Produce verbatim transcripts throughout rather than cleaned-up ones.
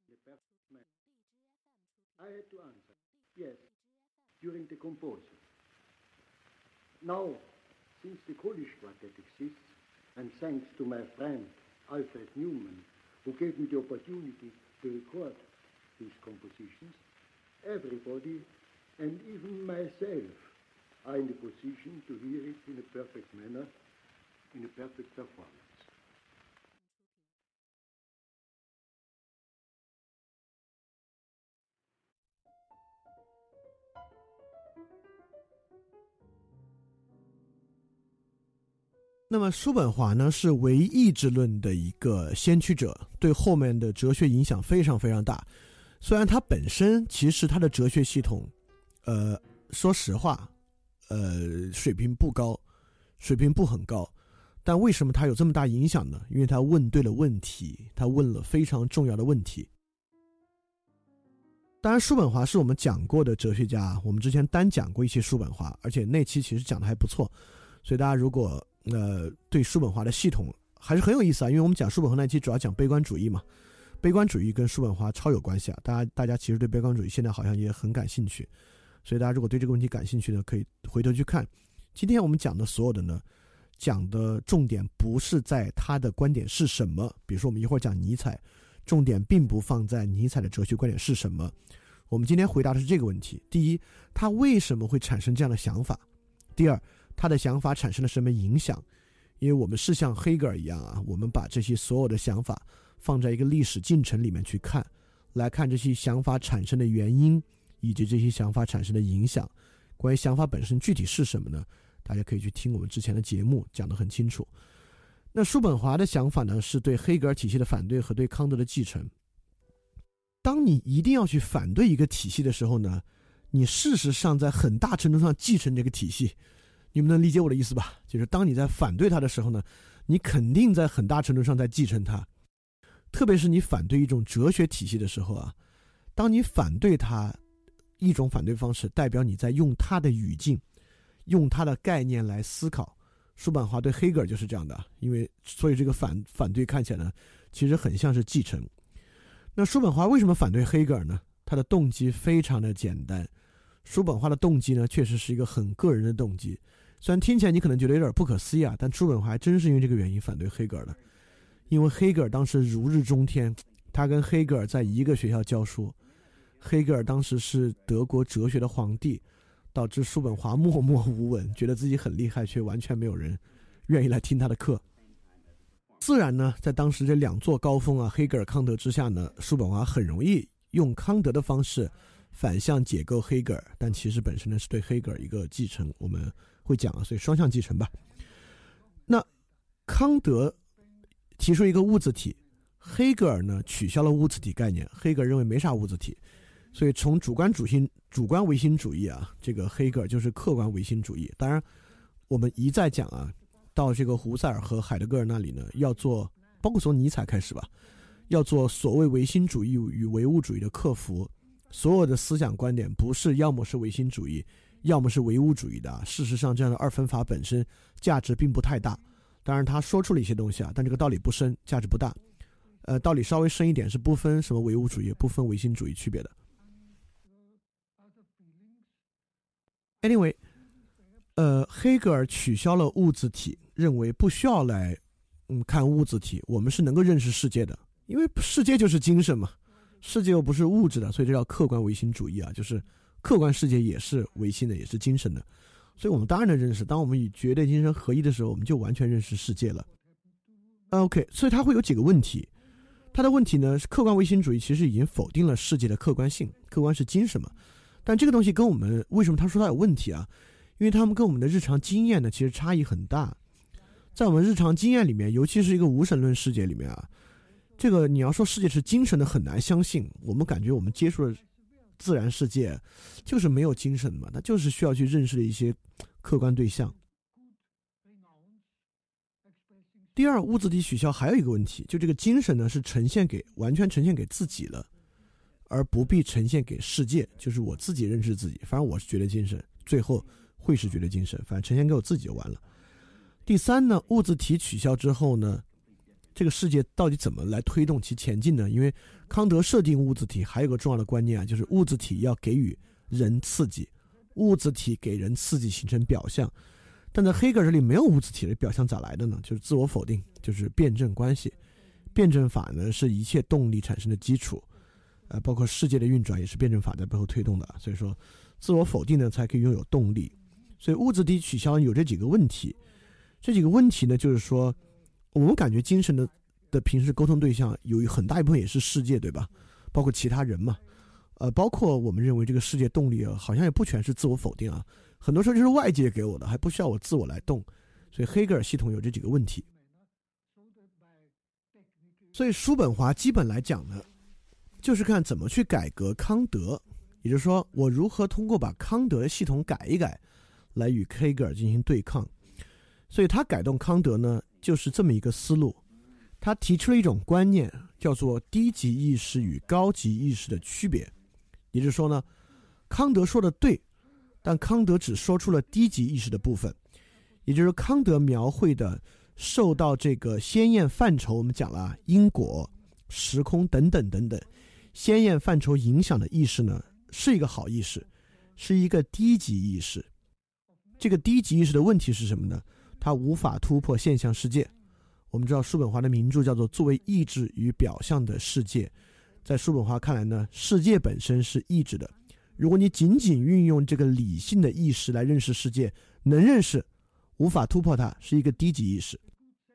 I had to answer, yes, during the composing. Now, since the Polish quartet exists, and thanks to my friend Alfred Newman, who gave me the opportunity to record these compositions, everybody, and even myself, are in the position to hear it in a perfect manner, in a perfect performance. 那么叔本华呢是唯意志论的一个先驱者，对后面的哲学影响非常非常大。虽然他本身其实他的哲学系统呃说实话呃水平不高，水平不很高，但为什么他有这么大影响呢？因为他问对了问题，他问了非常重要的问题。当然叔本华是我们讲过的哲学家，我们之前单讲过一些叔本华，而且那期其实讲的还不错，所以大家如果呃对叔本华的系统还是很有意思啊，因为我们讲叔本华那期主要讲悲观主义嘛，悲观主义跟叔本华超有关系啊，大家大家其实对悲观主义现在好像也很感兴趣，所以大家如果对这个问题感兴趣呢，可以回头去看。今天我们讲的所有的呢，讲的重点不是在他的观点是什么，比如说我们一会儿讲尼采，重点并不放在尼采的哲学观点是什么，我们今天回答的是这个问题：第一，他为什么会产生这样的想法；第二，他的想法产生了什么影响。因为我们是像黑格尔一样啊，我们把这些所有的想法放在一个历史进程里面去看，来看这些想法产生的原因以及这些想法产生的影响。关于想法本身具体是什么呢，大家可以去听我们之前的节目，讲得很清楚。那叔本华的想法呢，是对黑格尔体系的反对和对康德的继承。当你一定要去反对一个体系的时候呢，你事实上在很大程度上继承这个体系。你们能理解我的意思吧？就是当你在反对它的时候呢，你肯定在很大程度上在继承它。特别是你反对一种哲学体系的时候啊，当你反对它，一种反对方式代表你在用它的语境，用它的概念来思考。叔本华对黑格尔就是这样的，因为所以这个反反对看起来呢，其实很像是继承。那叔本华为什么反对黑格尔呢？他的动机非常的简单。叔本华的动机呢，确实是一个很个人的动机。虽然听起来你可能觉得有点不可思议啊，但叔本华还真是因为这个原因反对黑格尔的。因为黑格尔当时如日中天，他跟黑格尔在一个学校教书，黑格尔当时是德国哲学的皇帝，导致叔本华默默无闻，觉得自己很厉害，却完全没有人愿意来听他的课。自然呢，在当时这两座高峰啊，黑格尔康德之下呢，叔本华很容易用康德的方式反向解构黑格尔，但其实本身呢是对黑格尔一个继承，我们会讲啊，所以双向继承吧。那康德提出一个物质体，黑格尔呢取消了物质体概念，黑格尔认为没啥物质体，所以从主观主心主观唯心主义啊，这个黑格尔就是客观唯心主义。当然我们一再讲啊，到这个胡塞尔和海德格尔那里呢，要做包括从尼采开始吧，要做所谓唯心主义与唯物主义的克服。所有的思想观点不是要么是唯心主义，要么是唯物主义的。事实上这样的二分法本身价值并不太大，当然他说出了一些东西啊，但这个道理不深，价值不大。呃，道理稍微深一点，是不分什么唯物主义，不分唯心主义区别的。Anyway， 呃，黑格尔取消了物质体，认为不需要来嗯看物质体，我们是能够认识世界的，因为世界就是精神嘛。世界又不是物质的，所以这叫客观唯心主义啊，就是客观世界也是唯心的，也是精神的，所以我们当然能认识。当我们与绝对精神合一的时候，我们就完全认识世界了。OK， 所以它会有几个问题。它的问题呢，是客观唯心主义其实已经否定了世界的客观性，客观是精神嘛。但这个东西跟我们为什么他说它有问题啊？因为他们跟我们的日常经验呢，其实差异很大。在我们日常经验里面，尤其是一个无神论世界里面啊，这个你要说世界是精神的很难相信。我们感觉我们接触的自然世界就是没有精神嘛，它就是需要去认识的一些客观对象。第二，物质体取消还有一个问题，就这个精神呢是呈现给完全呈现给自己了，而不必呈现给世界，就是我自己认识自己，反正我是绝对精神，最后会是绝对精神，反正呈现给我自己就完了。第三呢，物质体取消之后呢， 这个世界到底怎么来推动其前进呢？因为康德设定物质体还有个重要的观念啊，就是物质体要给予人刺激，物质体给人刺激形成表象。但在黑格尔这里没有物质体的表象咋来的呢？就是自我否定，就是辩证关系。辩证法呢是一切动力产生的基础，呃，包括世界的运转也是辩证法在背后推动的。所以说自我否定呢才可以拥有动力。所以物质体取消有这几个问题，这几个问题呢就是说我们感觉精神的的平时沟通对象有很大一部分也是世界，对吧？包括其他人嘛，呃，包括我们认为这个世界动力啊，好像也不全是自我否定啊，很多时候就是外界给我的，还不需要我自我来动。所以黑格尔系统有这几个问题。所以叔本华基本来讲呢，就是看怎么去改革康德，也就是说我如何通过把康德的系统改一改来与黑格尔进行对抗。所以他改动康德呢就是这么一个思路，他提出了一种观念叫做低级意识与高级意识的区别。也就是说呢，康德说的对，但康德只说出了低级意识的部分，也就是康德描绘的受到这个先验范畴，我们讲了因果、时空等等等等先验范畴影响的意识呢，是一个好意识，是一个低级意识。这个低级意识的问题是什么呢？它无法突破现象世界。我们知道叔本华的名著叫做《作为意志与表象的世界》，在叔本华看来呢，世界本身是意志的，如果你仅仅运用这个理性的意识来认识世界，能认识，无法突破它，是一个低级意识。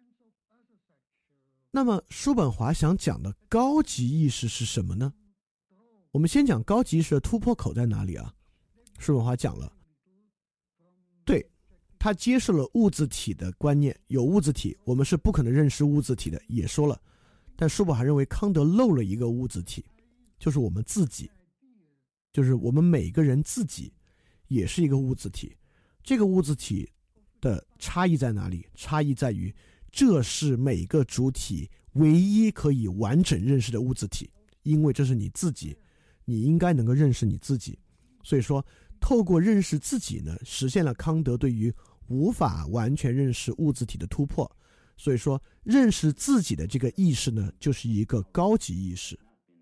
那么叔本华想讲的高级意识是什么呢？我们先讲高级意识的突破口在哪里啊？叔本华讲了，对，他接受了物质体的观念，有物质体，我们是不可能认识物质体的，也说了。但叔本华认为康德漏了一个物质体，就是我们自己，就是我们每个人自己也是一个物质体。这个物质体的差异在哪里？差异在于这是每个主体唯一可以完整认识的物质体，因为这是你自己，你应该能够认识你自己。所以说透过认识自己呢，实现了康德对于无法完全认识物质体的突破。所以说认识自己的这个意识呢，就是一个高级意识。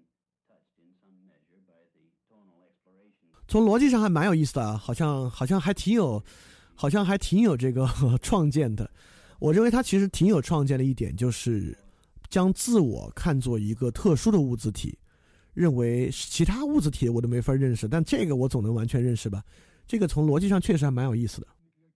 从逻辑上还蛮有意思的啊，好像好像还挺有好像还挺有这个创建的。我认为他其实挺有创建的一点，就是将自我看作一个特殊的物质体，认为其他物质体我都没法认识，但这个我总能完全认识吧。这个从逻辑上确实还蛮有意思的。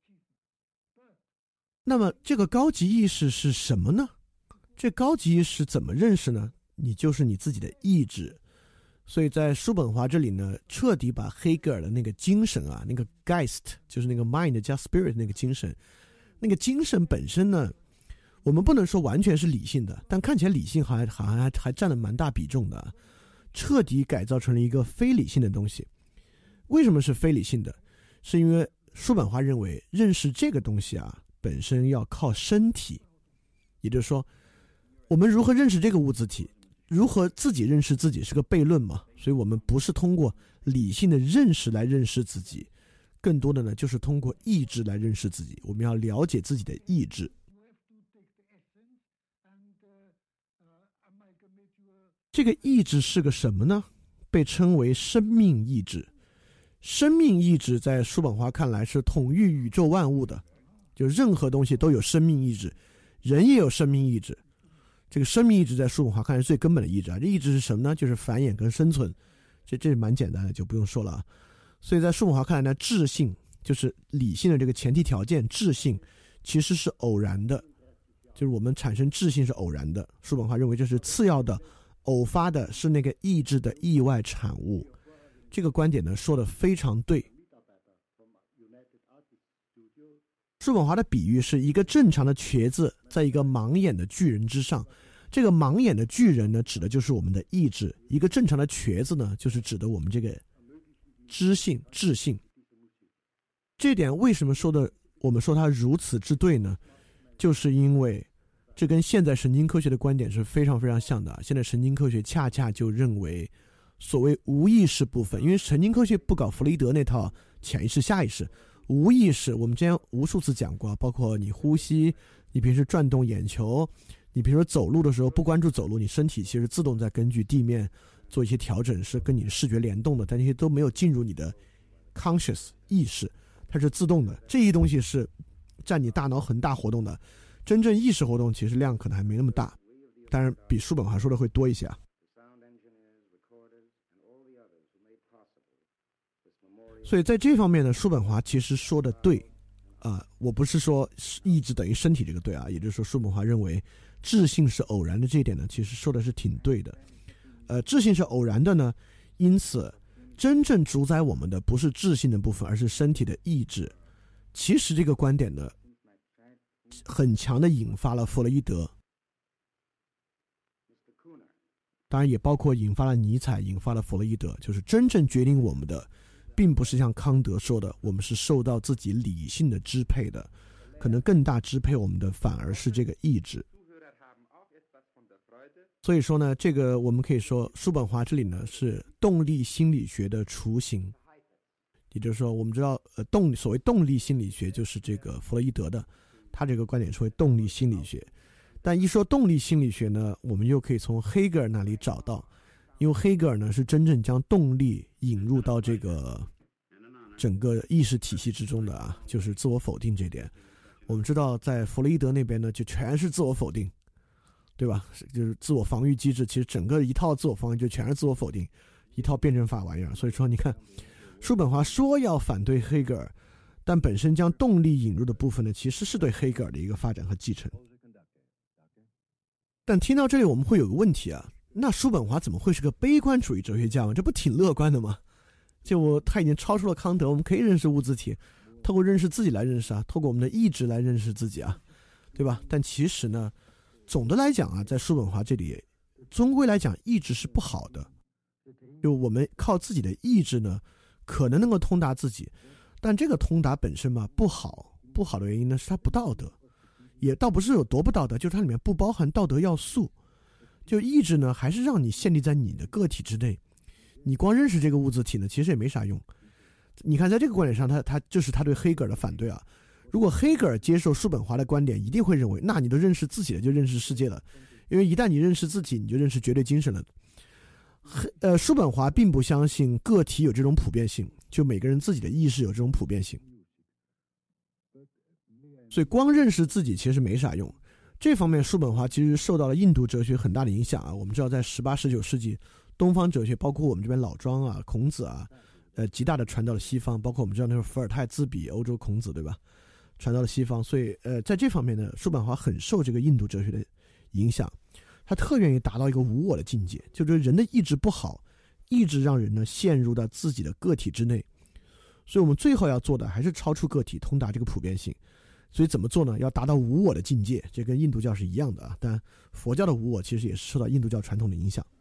那么这个高级意识是什么呢？这高级意识怎么认识呢？你就是你自己的意志。所以在叔本华这里呢，彻底把黑格尔的那个精神啊，那个 Geist 就是那个 mind 加 spirit 那个精神，那个精神本身呢，我们不能说完全是理性的，但看起来理性好像好像还还占了蛮大比重的，彻底改造成了一个非理性的东西。为什么是非理性的？是因为叔本华认为认识这个东西啊，本身要靠身体。也就是说，我们如何认识这个物质体，如何自己认识自己是个悖论嘛，所以我们不是通过理性的认识来认识自己，更多的呢就是通过意志来认识自己。我们要了解自己的意志。这个意志是个什么呢？被称为生命意志。生命意志在叔本华看来是统御宇宙万物的，就任何东西都有生命意志，人也有生命意志。这个生命意志在叔本华看来是最根本的意志啊，这意志是什么呢？就是繁衍跟生存，这这是蛮简单的，就不用说了啊。所以在叔本华看来呢，智性就是理性的这个前提条件，智性其实是偶然的，就是我们产生智性是偶然的。叔本华认为这是次要的，偶发的是那个意志的意外产物。这个观点呢说得非常对。叔本华的比喻是一个正常的瘸子在一个盲眼的巨人之上，这个盲眼的巨人呢指的就是我们的意志，一个正常的瘸子呢就是指的我们这个知性智性。这点为什么说的我们说它如此之对呢？就是因为这跟现在神经科学的观点是非常非常像的。现在神经科学恰恰就认为所谓无意识部分，因为神经科学不搞弗洛伊德那套潜意识下意识，无意识我们之前无数次讲过，包括你呼吸，你平时转动眼球， 你比如说走路的时候不关注走路，你身体其实自动在根据地面做一些调整，是跟你的视觉联动的，但这些都没有进入你的 conscious 意识，它是自动的。这些东西是占你大脑很大活动的，真正意识活动其实量可能还没那么大，当然比叔本华说的会多一些啊。所以在这方面呢，叔本华其实说的对啊、呃，我不是说意志等于身体这个对啊，也就是说叔本华认为智性是偶然的这一点呢，其实说的是挺对的。呃，智性是偶然的呢，因此真正主宰我们的不是智性的部分，而是身体的意志。其实这个观点呢，很强的引发了弗洛伊德，当然也包括引发了尼采，引发了弗洛伊德，就是真正决定我们的并不是像康德说的我们是受到自己理性的支配的，可能更大支配我们的反而是这个意志。所以说呢，这个我们可以说叔本华这里呢是动力心理学的雏形，也就是说我们知道呃动所谓动力心理学就是这个弗洛伊德的，他这个观点称为动力心理学。但一说动力心理学呢，我们又可以从黑格尔那里找到，因为黑格尔呢是真正将动力引入到这个整个意识体系之中的啊，就是自我否定这点。我们知道在弗洛伊德那边呢就全是自我否定，对吧？就是自我防御机制，其实整个一套自我防御就全是自我否定，一套辩证法玩意儿。所以说你看叔本华说要反对黑格尔，但本身将动力引入的部分呢其实是对黑格尔的一个发展和继承。但听到这里我们会有个问题啊，那叔本华怎么会是个悲观主义哲学家吗？这不挺乐观的吗？就我他已经超出了康德，我们可以认识物自体，透过认识自己来认识啊，透过我们的意志来认识自己啊，对吧？但其实呢，总的来讲啊，在叔本华这里终归来讲意志是不好的，就我们靠自己的意志呢可能能够通达自己，但这个通达本身嘛不好，不好的原因呢是它不道德，也倒不是有多不道德，就是它里面不包含道德要素。就意志呢还是让你限定在你的个体之内，你光认识这个物自体呢其实也没啥用。你看在这个观点上他他就是他对黑格尔的反对啊。如果黑格尔接受叔本华的观点，一定会认为那你都认识自己了就认识世界了，因为一旦你认识自己你就认识绝对精神了。呃，叔本华并不相信个体有这种普遍性，就每个人自己的意识有这种普遍性，所以光认识自己其实没啥用。这方面叔本华其实受到了印度哲学很大的影响啊。我们知道在十八、十九世纪，东方哲学包括我们这边老庄啊、孔子啊，呃，极大的传到了西方，包括我们知道那个伏尔泰自比欧洲孔子，对吧？传到了西方，所以呃，在这方面呢，叔本华很受这个印度哲学的影响。他特愿意达到一个无我的境界，就是人的意志不好，意志让人呢陷入到自己的个体之内。所以我们最后要做的还是超出个体，通达这个普遍性。所以怎么做呢？要达到无我的境界，这跟印度教是一样的啊。但佛教的无我其实也是受到印度教传统的影响。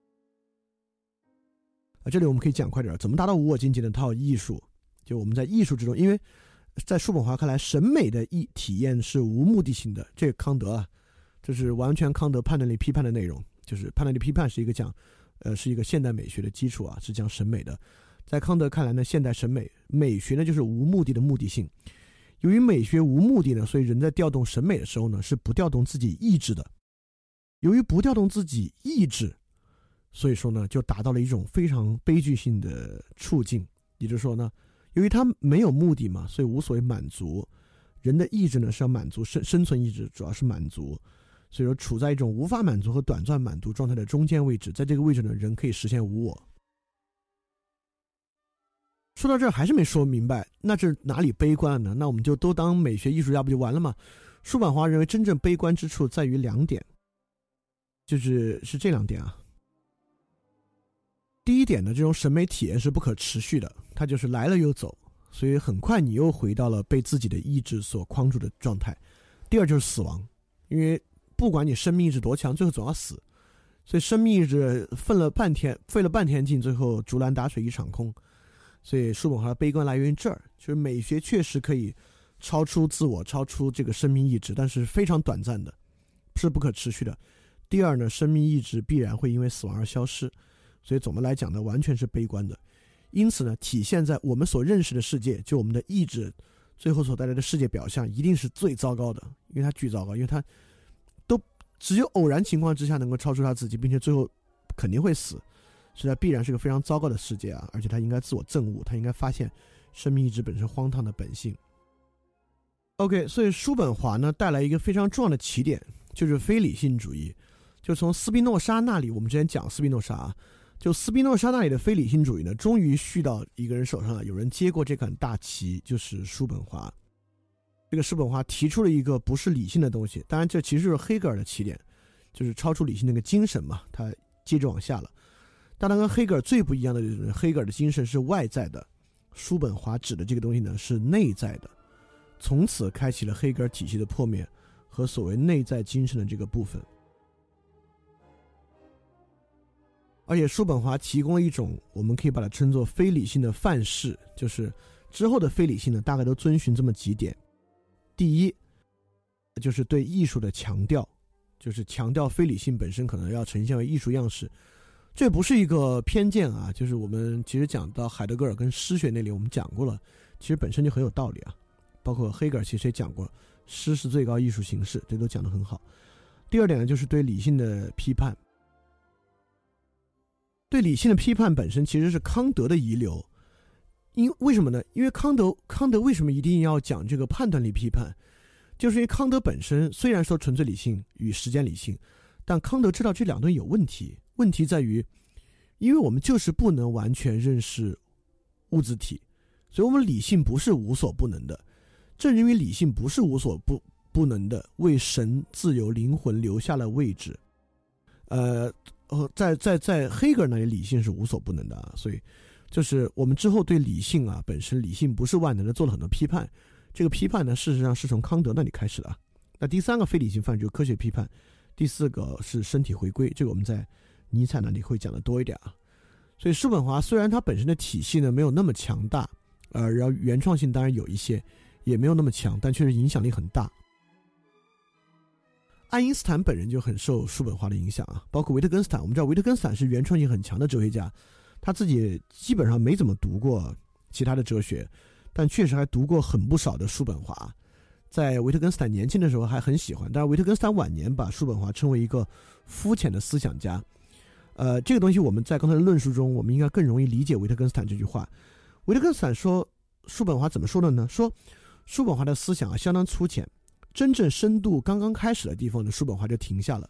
啊，这里我们可以讲快点，怎么达到无我境界呢？它有艺术，就我们在艺术之中，因为在叔本华看来，审美的意体验是无目的性的。这个康德啊，这是完全康德判断力批判的内容，就是判断力批判是一个讲，呃，是一个现代美学的基础啊，是讲审美的。在康德看来呢，现代审美美学呢就是无目的的目的性。由于美学无目的呢，所以人在调动审美的时候呢，是不调动自己意志的。由于不调动自己意志，所以说呢，就达到了一种非常悲剧性的处境。也就是说呢，由于他没有目的嘛，所以无所谓满足。人的意志呢是要满足，生生存意志主要是满足，所以说处在一种无法满足和短暂满足状态的中间位置，在这个位置呢，人可以实现无我。说到这儿还是没说明白，那这哪里悲观了呢？那我们就都当美学艺术家不就完了吗？叔本华认为真正悲观之处在于两点，就是是这两点啊。第一点呢，这种审美体验是不可持续的，它就是来了又走，所以很快你又回到了被自己的意志所框住的状态。第二就是死亡，因为不管你生命意志多强，最后总要死，所以生命意志费了半天费了半天劲，最后竹篮打水一场空。所以叔本华的悲观来源于这儿，就是美学确实可以超出自我，超出这个生命意志，但是非常短暂的，是不可持续的。第二呢，生命意志必然会因为死亡而消失，所以总的来讲呢，完全是悲观的。因此呢，体现在我们所认识的世界，就我们的意志最后所带来的世界表象，一定是最糟糕的，因为它巨糟糕，因为它都只有偶然情况之下能够超出他自己，并且最后肯定会死，所以他必然是个非常糟糕的世界啊！而且他应该自我憎恶，他应该发现生命意志本身荒唐的本性。OK， 所以叔本华呢带来一个非常重要的起点，就是非理性主义。就从斯宾诺莎那里，我们之前讲斯宾诺莎啊，就斯宾诺莎那里的非理性主义呢，终于续到一个人手上了，有人接过这杆大旗，就是叔本华。这个叔本华提出了一个不是理性的东西，当然这其实是黑格尔的起点，就是超出理性那个精神嘛，他接着往下了。但他跟黑格尔最不一样的就是黑格尔的精神是外在的，叔本华指的这个东西呢是内在的，从此开启了黑格尔体系的破灭和所谓内在精神的这个部分。而且叔本华提供了一种我们可以把它称作非理性的范式，就是之后的非理性呢大概都遵循这么几点。第一，就是对艺术的强调，就是强调非理性本身可能要呈现为艺术样式。这不是一个偏见啊，就是我们其实讲到海德格尔跟诗学那里我们讲过了，其实本身就很有道理啊。包括黑格尔其实也讲过诗是最高艺术形式，这都讲得很好。第二点呢，就是对理性的批判。对理性的批判本身其实是康德的遗留，因为什么呢？因为康德康德为什么一定要讲这个判断力批判？就是因为康德本身虽然说纯粹理性与时间理性，但康德知道这两东西有问题。问题在于，因为我们就是不能完全认识物质体，所以我们理性不是无所不能的。正因为理性不是无所不不能的，为神、自由、灵魂留下了位置。呃，在在在黑格尔那里，理性是无所不能的啊，所以就是我们之后对理性啊本身理性不是万能的做了很多批判。这个批判呢，事实上是从康德那里开始的。那第三个非理性范就是科学批判，第四个是身体回归，这个我们在尼采那里会讲的多一点啊。所以叔本华虽然他本身的体系呢没有那么强大，呃，然后原创性当然有一些，也没有那么强，但确实影响力很大。爱因斯坦本人就很受叔本华的影响啊，包括维特根斯坦。我们知道维特根斯坦是原创性很强的哲学家，他自己基本上没怎么读过其他的哲学，但确实还读过很不少的叔本华。在维特根斯坦年轻的时候还很喜欢，但是维特根斯坦晚年把叔本华称为一个肤浅的思想家。呃，这个东西我们在刚才的论述中，我们应该更容易理解维特根斯坦这句话。维特根斯坦说叔本华怎么说的呢？说叔本华的思想啊相当粗浅，真正深度刚刚开始的地方呢，叔本华就停下了。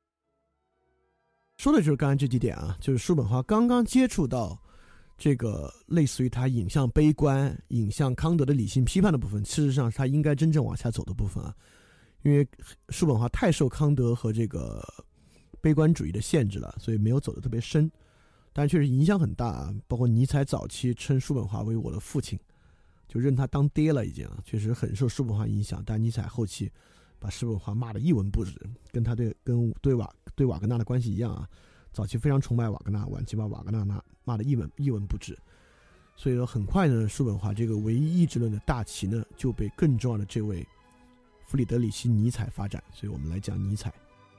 说的就是刚才这几点啊，就是叔本华刚刚接触到这个类似于他引向悲观、引向康德的理性批判的部分，事实上是他应该真正往下走的部分啊。因为叔本华太受康德和这个悲观主义的限制了，所以没有走得特别深，但确实影响很大啊。包括尼采早期称叔本华为我的父亲，就认他当爹了已经啊，确实很受叔本华影响。但尼采后期把叔本华骂得一文不值，跟他对跟对瓦对瓦格纳的关系一样啊。早期非常崇拜瓦格纳，晚期把瓦格纳骂得一文一文不值。所以说很快呢，叔本华这个唯一意志论的大旗呢就被更重要的这位弗里德里希·尼采发展。所以我们来讲尼采。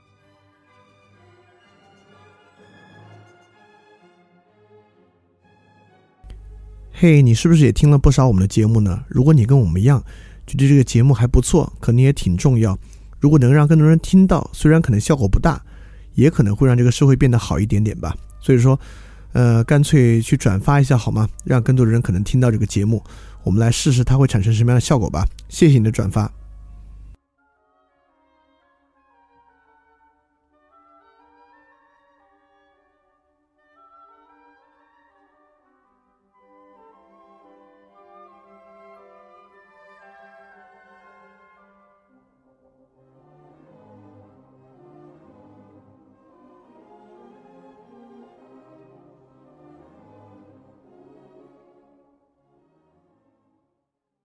嘿、hey, 你是不是也听了不少我们的节目呢？如果你跟我们一样觉得这个节目还不错，可能也挺重要，如果能让更多人听到，虽然可能效果不大，也可能会让这个社会变得好一点点吧。所以说呃，干脆去转发一下好吗？让更多的人可能听到这个节目，我们来试试它会产生什么样的效果吧。谢谢你的转发。